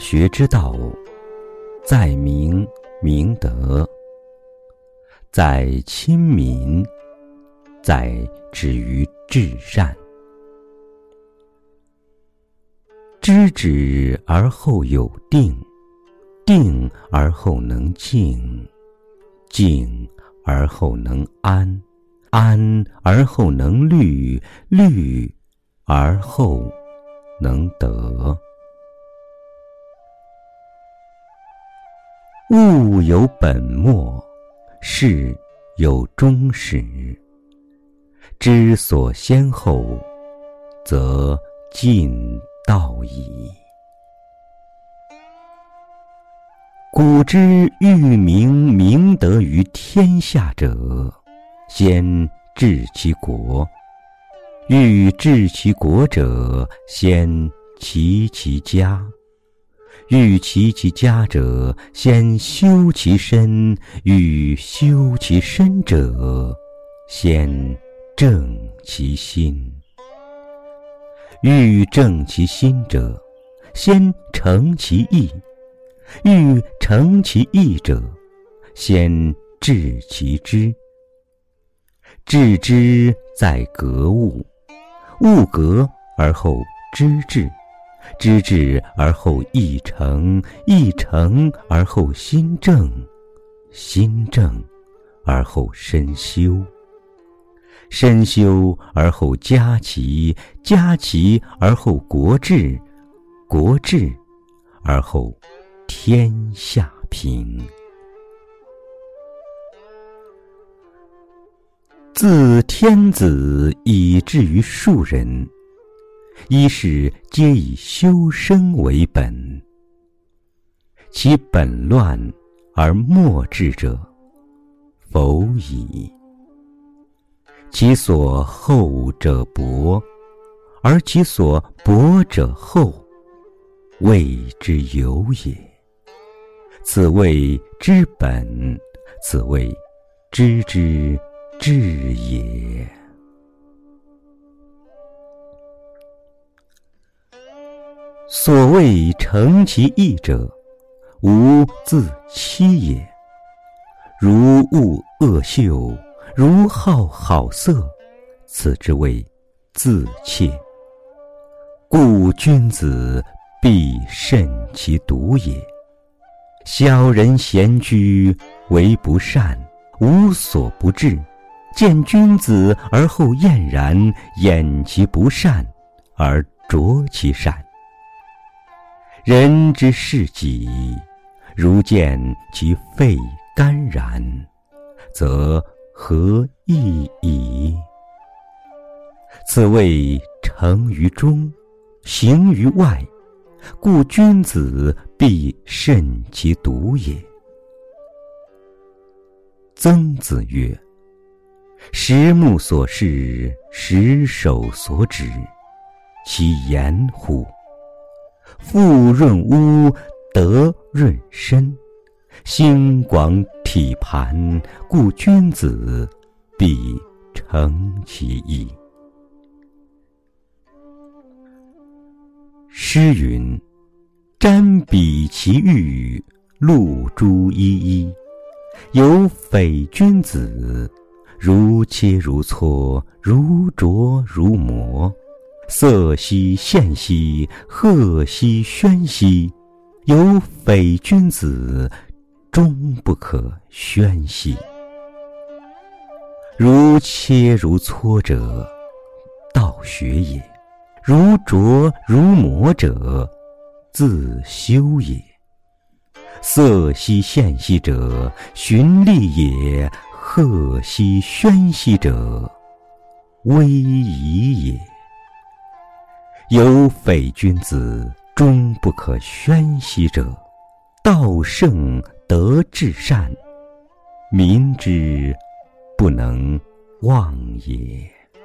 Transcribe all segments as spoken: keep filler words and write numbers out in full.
学之道，在明明德，在亲民，在止于至善。知止而后有定，定而后能静，静而后能安，安而后能虑，虑而后能得。物有本末，事有终始。知所先后，则近道矣。古之欲明明德于天下者，先治其国；欲治其国者，先齐其家；欲齐其家者，先修其身；欲修其身者，先正其心；欲正其心者，先诚其意；欲诚其意者，先治其知。治之在格物，物格而后知至，知至而后意诚，意诚而后心正，心正而后身修，身修而后家齐，家齐而后国治，国治而后天下平。自天子以至于庶人，一是皆以修身为本。其本乱而末治者，否矣。其所厚者薄，而其所薄者厚，谓之有也。此谓之本，此谓知之至也。所谓诚其意者，无自欺也。如恶恶嗅，如好好色，此之谓自窃。故君子必慎其独也。小人闲居，为不善，无所不至。见君子而后厌然，掩其不善，而着其善。人之视己，如见其肺肝然，则何益矣？此谓诚于中，行于外，故君子必慎其独也。曾子曰：十目所视，十手所指，其言乎？腹润屋，德润身，心广体盘，故君子必诚其意。诗云：瞻彼其玉，露珠依依。有匪君子，如切如磋，如琢如磨。色兮宪兮，赫兮喧兮。有匪君子，终不可宣兮。如切如磋者，道学也；如琢如磨者，自修也。色兮宪兮者，循吏也；赫兮喧兮者，威仪也。有匪君子，终不可宣兮者，道圣德至善，民之不能忘也。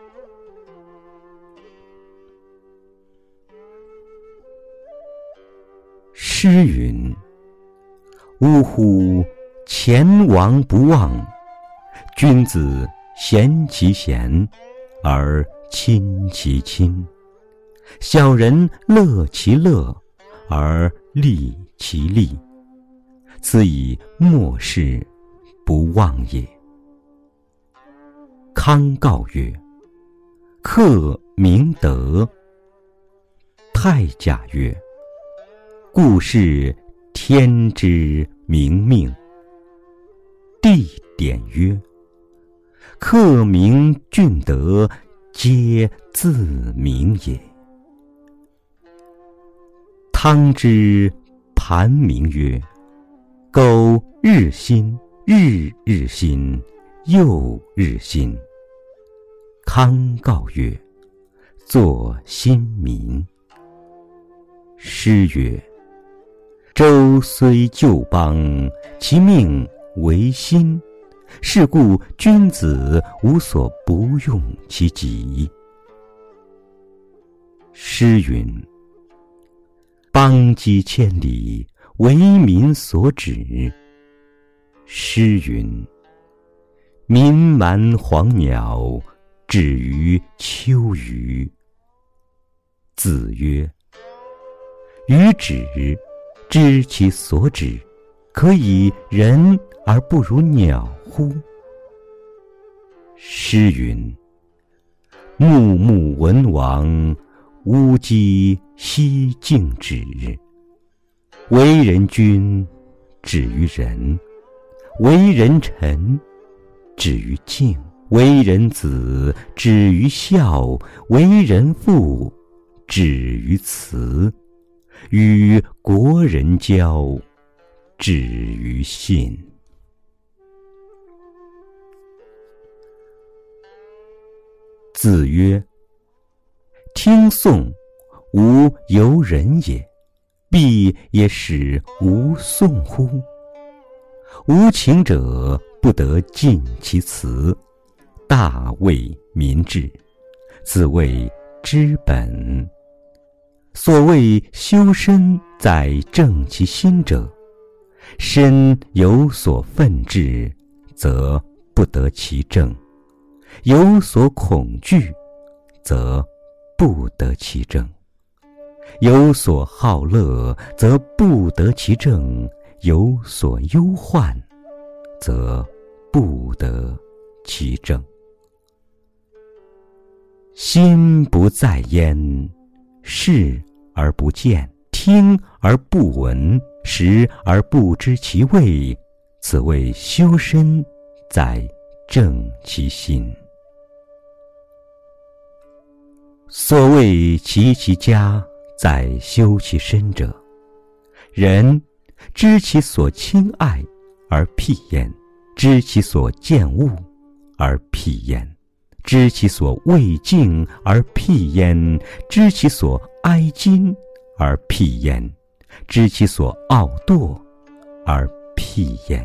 诗云：呜呼！前王不忘，君子贤其贤，而亲其亲；小人乐其乐，而利其利，此以末世不忘也。康告曰：克明德。太甲曰：故是天之明命。帝典曰：克明俊德，皆自明也。汤之盘铭曰：苟日新，日日新，又日新。康告曰：作新民。诗曰：周虽旧邦，其命维新。是故君子无所不用其极。诗云：邦畿千里，为民所指。诗云：民蛮黄鸟，止于秋鱼。子曰：予止，知其所止，可以人而不如鸟乎？诗云：穆穆文王，乌鸡西敬止。为人君，止于仁；为人臣，止于敬；为人子，止于孝；为人父，止于慈；与国人交，止于信。子曰：听讼，无由人也，必也使无讼乎？无情者不得尽其辞，大为民治，此谓知本。所谓修身在正其心者，身有所愤志，则不得其正；有所恐惧，则不得其正；有所好乐，则不得其正；有所忧患，则不得其正。心不在焉，视而不见，听而不闻，食而不知其味，此谓修身在正其心。所谓齐其家，在修其身者，人知其所亲爱而辟焉，知其所见恶而辟焉，知其所畏敬而辟焉，知其所哀矜而辟焉，知其所傲惰而辟焉。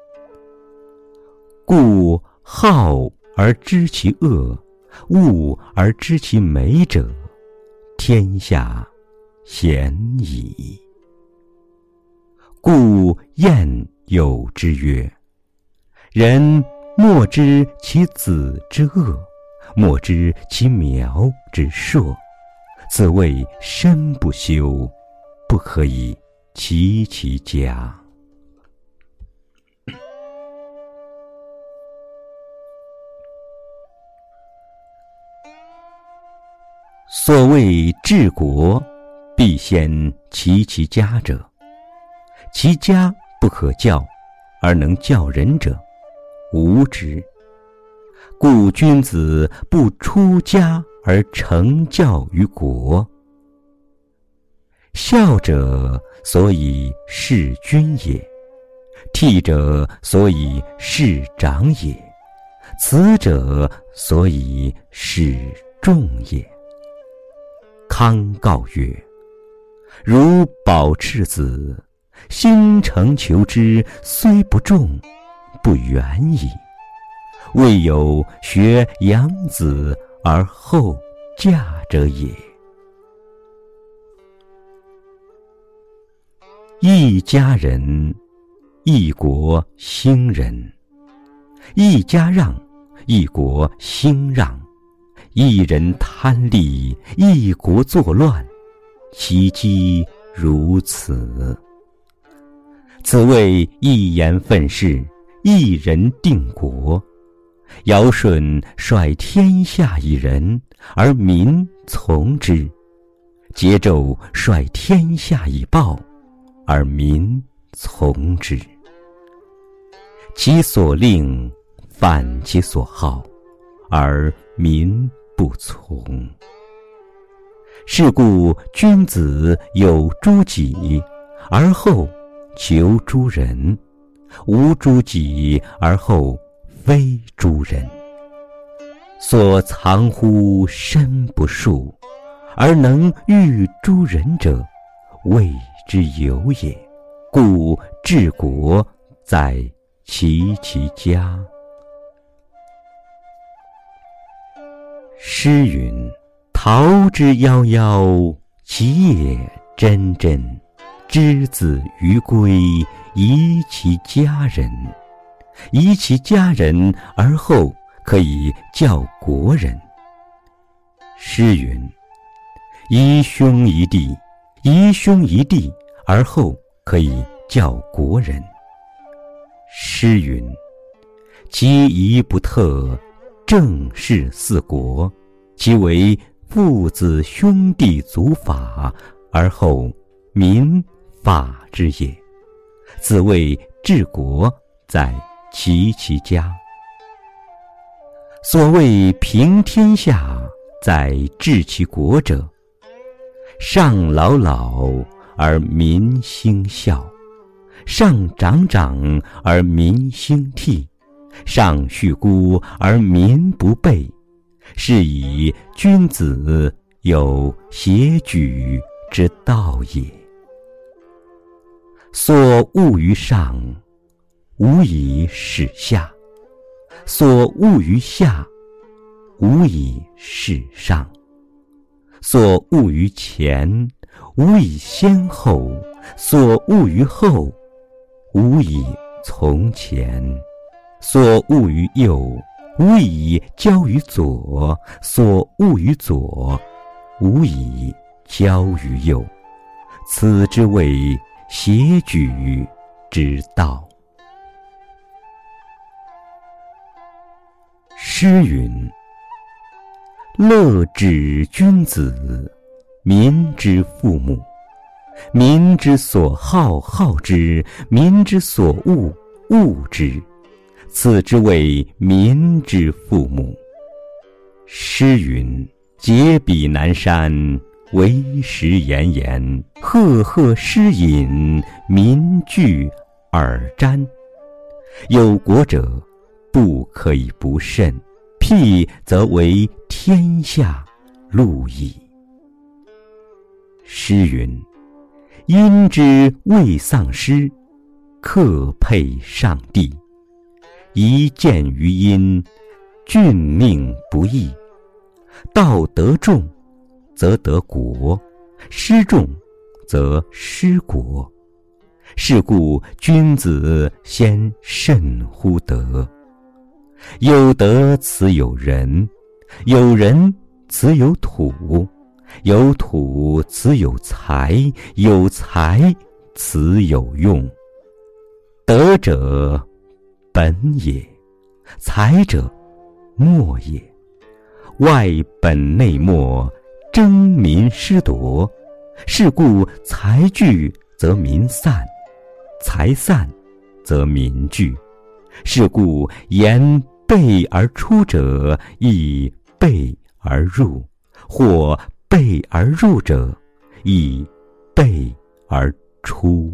故好而知其恶，恶而知其美者，天下鲜矣。故晏有之曰：人莫知其子之恶，莫知其苗之硕，此谓身不修，不可以齐其家。所谓治国，必先齐其家者，其家不可教，而能教人者，无之。故君子不出家而成教于国。孝者，所以事君也；悌者，所以事长也；慈者，所以事众也。康告曰：如保赤子，心诚求之，虽不重，不远矣。未有学养子而后嫁者也。一家人，一国兴仁；一家让，一国兴让；一人贪利，一国作乱。其机如此。此谓一言愤世，一人定国。尧舜率天下一人，而民从之；桀纣率天下一豹，而民从之。其所令，反其所好，而民不从。是故君子有诸己，而后求诸人；无诸己，而后非诸人。所藏乎身不术，而能御诸人者，谓之有也。故治国在齐其家。诗云：桃之夭夭，其叶蓁蓁。之子于归，宜其家人。宜其家人，而后可以教国人。诗云：宜兄宜弟，宜兄宜弟，而后可以教国人。诗云：其仪不特，正是四国。其为父子兄弟族法，而后民法之也。此谓治国在齐其家。所谓平天下，在治其国者。上老老，而民兴孝；上长长，而民兴悌；上恤孤，而民不备。是以君子有协举之道也。所恶于上，无以始下；所恶于下，无以事上；所恶于前，无以先后；所恶于后，无以从前；所恶于右，无以交于左；所恶于左，无以交于右。此之谓协举之道。诗云：乐止君子，民之父母。民之所好，好之；民之所恶，恶之。此之谓民之父母。诗云：解彼南山，为时炎炎。赫赫诗隐，民惧而瞻。有国者，不可以不慎，辟则为天下路矣。诗云：殷之未丧失，克配上帝。一见于殷，峻命不义。道德重，则得国；失重，则失国。是故君子先慎乎德。有德此有仁，有仁此有土，有土此有财，有财此有用。德者本也，财者末也。外本内末，争民失夺。是故财聚则民散，财散则民聚。是故言备而出者，亦备而入；或备而入者，亦备而出。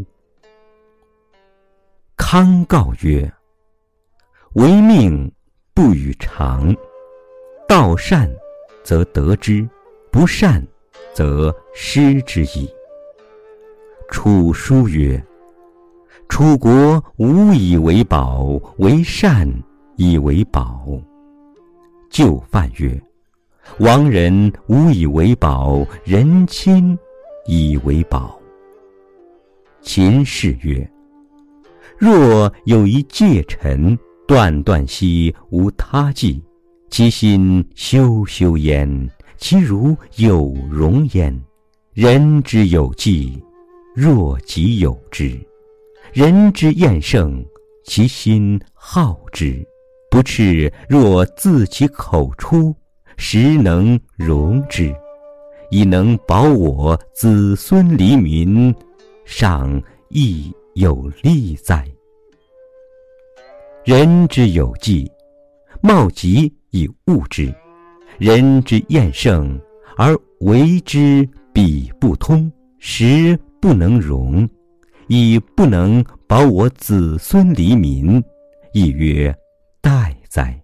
康告曰：为命不与常，道善则得之，不善则失之矣。楚书曰：楚国无以为宝，为善以为宝。就范曰：亡人无以为宝，人亲以为宝。秦氏曰：若有一介臣，断断兮无他计，其心修修焉，其如有容焉。人之有计， 若己有之。人之厌胜，其心好之。不赤若自其口出，实能容之。以能保我子孙黎民，尚亦有利哉。人之有计，貌极以物之。人之厌胜，而为之彼不通，实不能容。以不能保我子孙黎民，亦曰殆哉。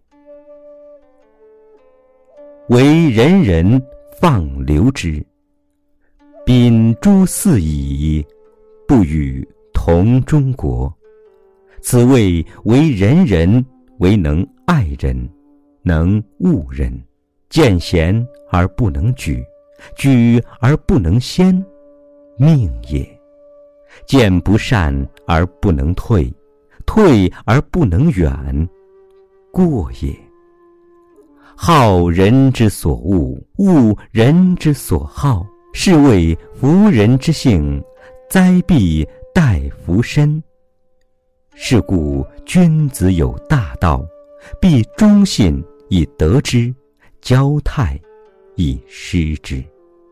惟人人放流之，秉诸四夷，不与同中国。此谓为人人，为能爱人，能恶人，见贤而不能举，举而不能先，命也。见不善而不能退，退而不能远，过也。好人之所恶，恶人之所好，是谓夫人之性，灾必待弗身。是故君子有大道，必忠信以得之，交泰以失之。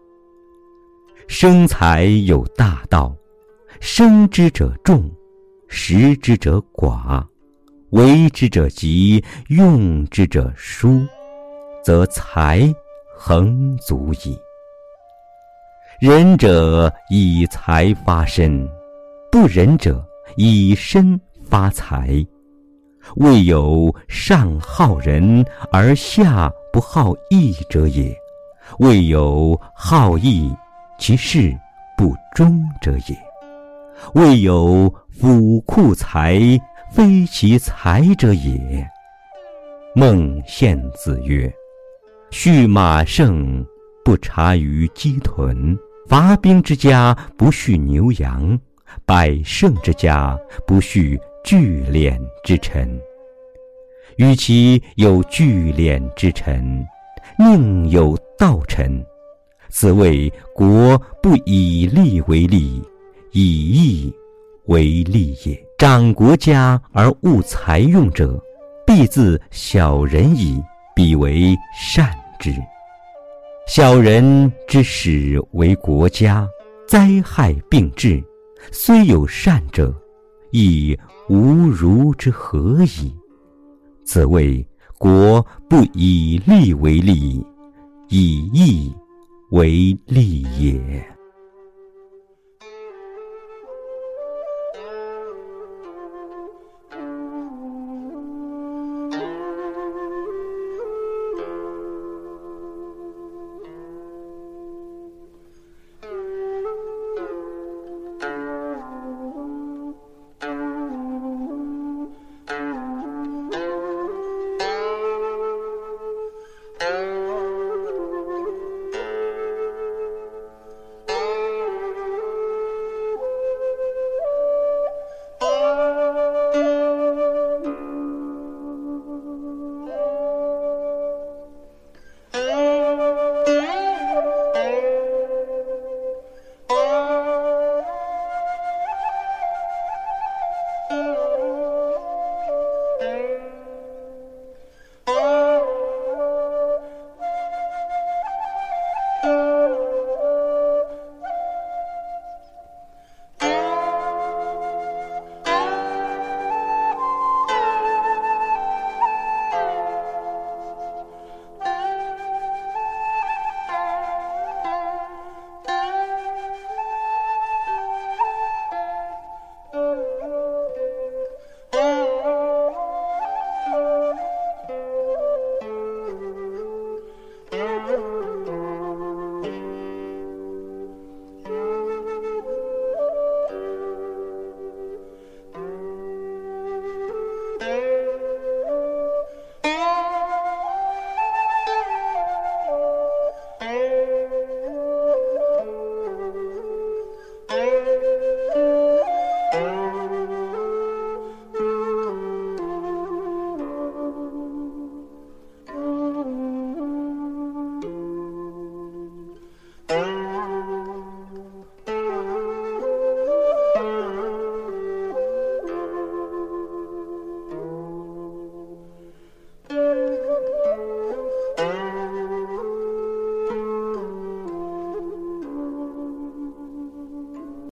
生财有大道，生之者众，食之者寡，为之者急，用之者疏，则财恒足矣。仁者以财发身，不仁者以身发财。未有上好人而下不好义者也，未有好义其事不忠者也。未有府库财非其财者也。孟献子曰：畜马胜，不察于鸡豚；伐兵之家，不畜牛羊；百胜之家，不畜聚敛之臣。与其有聚敛之臣，宁有盗臣。此谓国不以利为利，以义为利也。长国家而务财用者，必自小人矣，彼为善之。小人之始为国家，灾害并至，虽有善者，亦无如之何矣。此谓国不以利为利，以义为利也。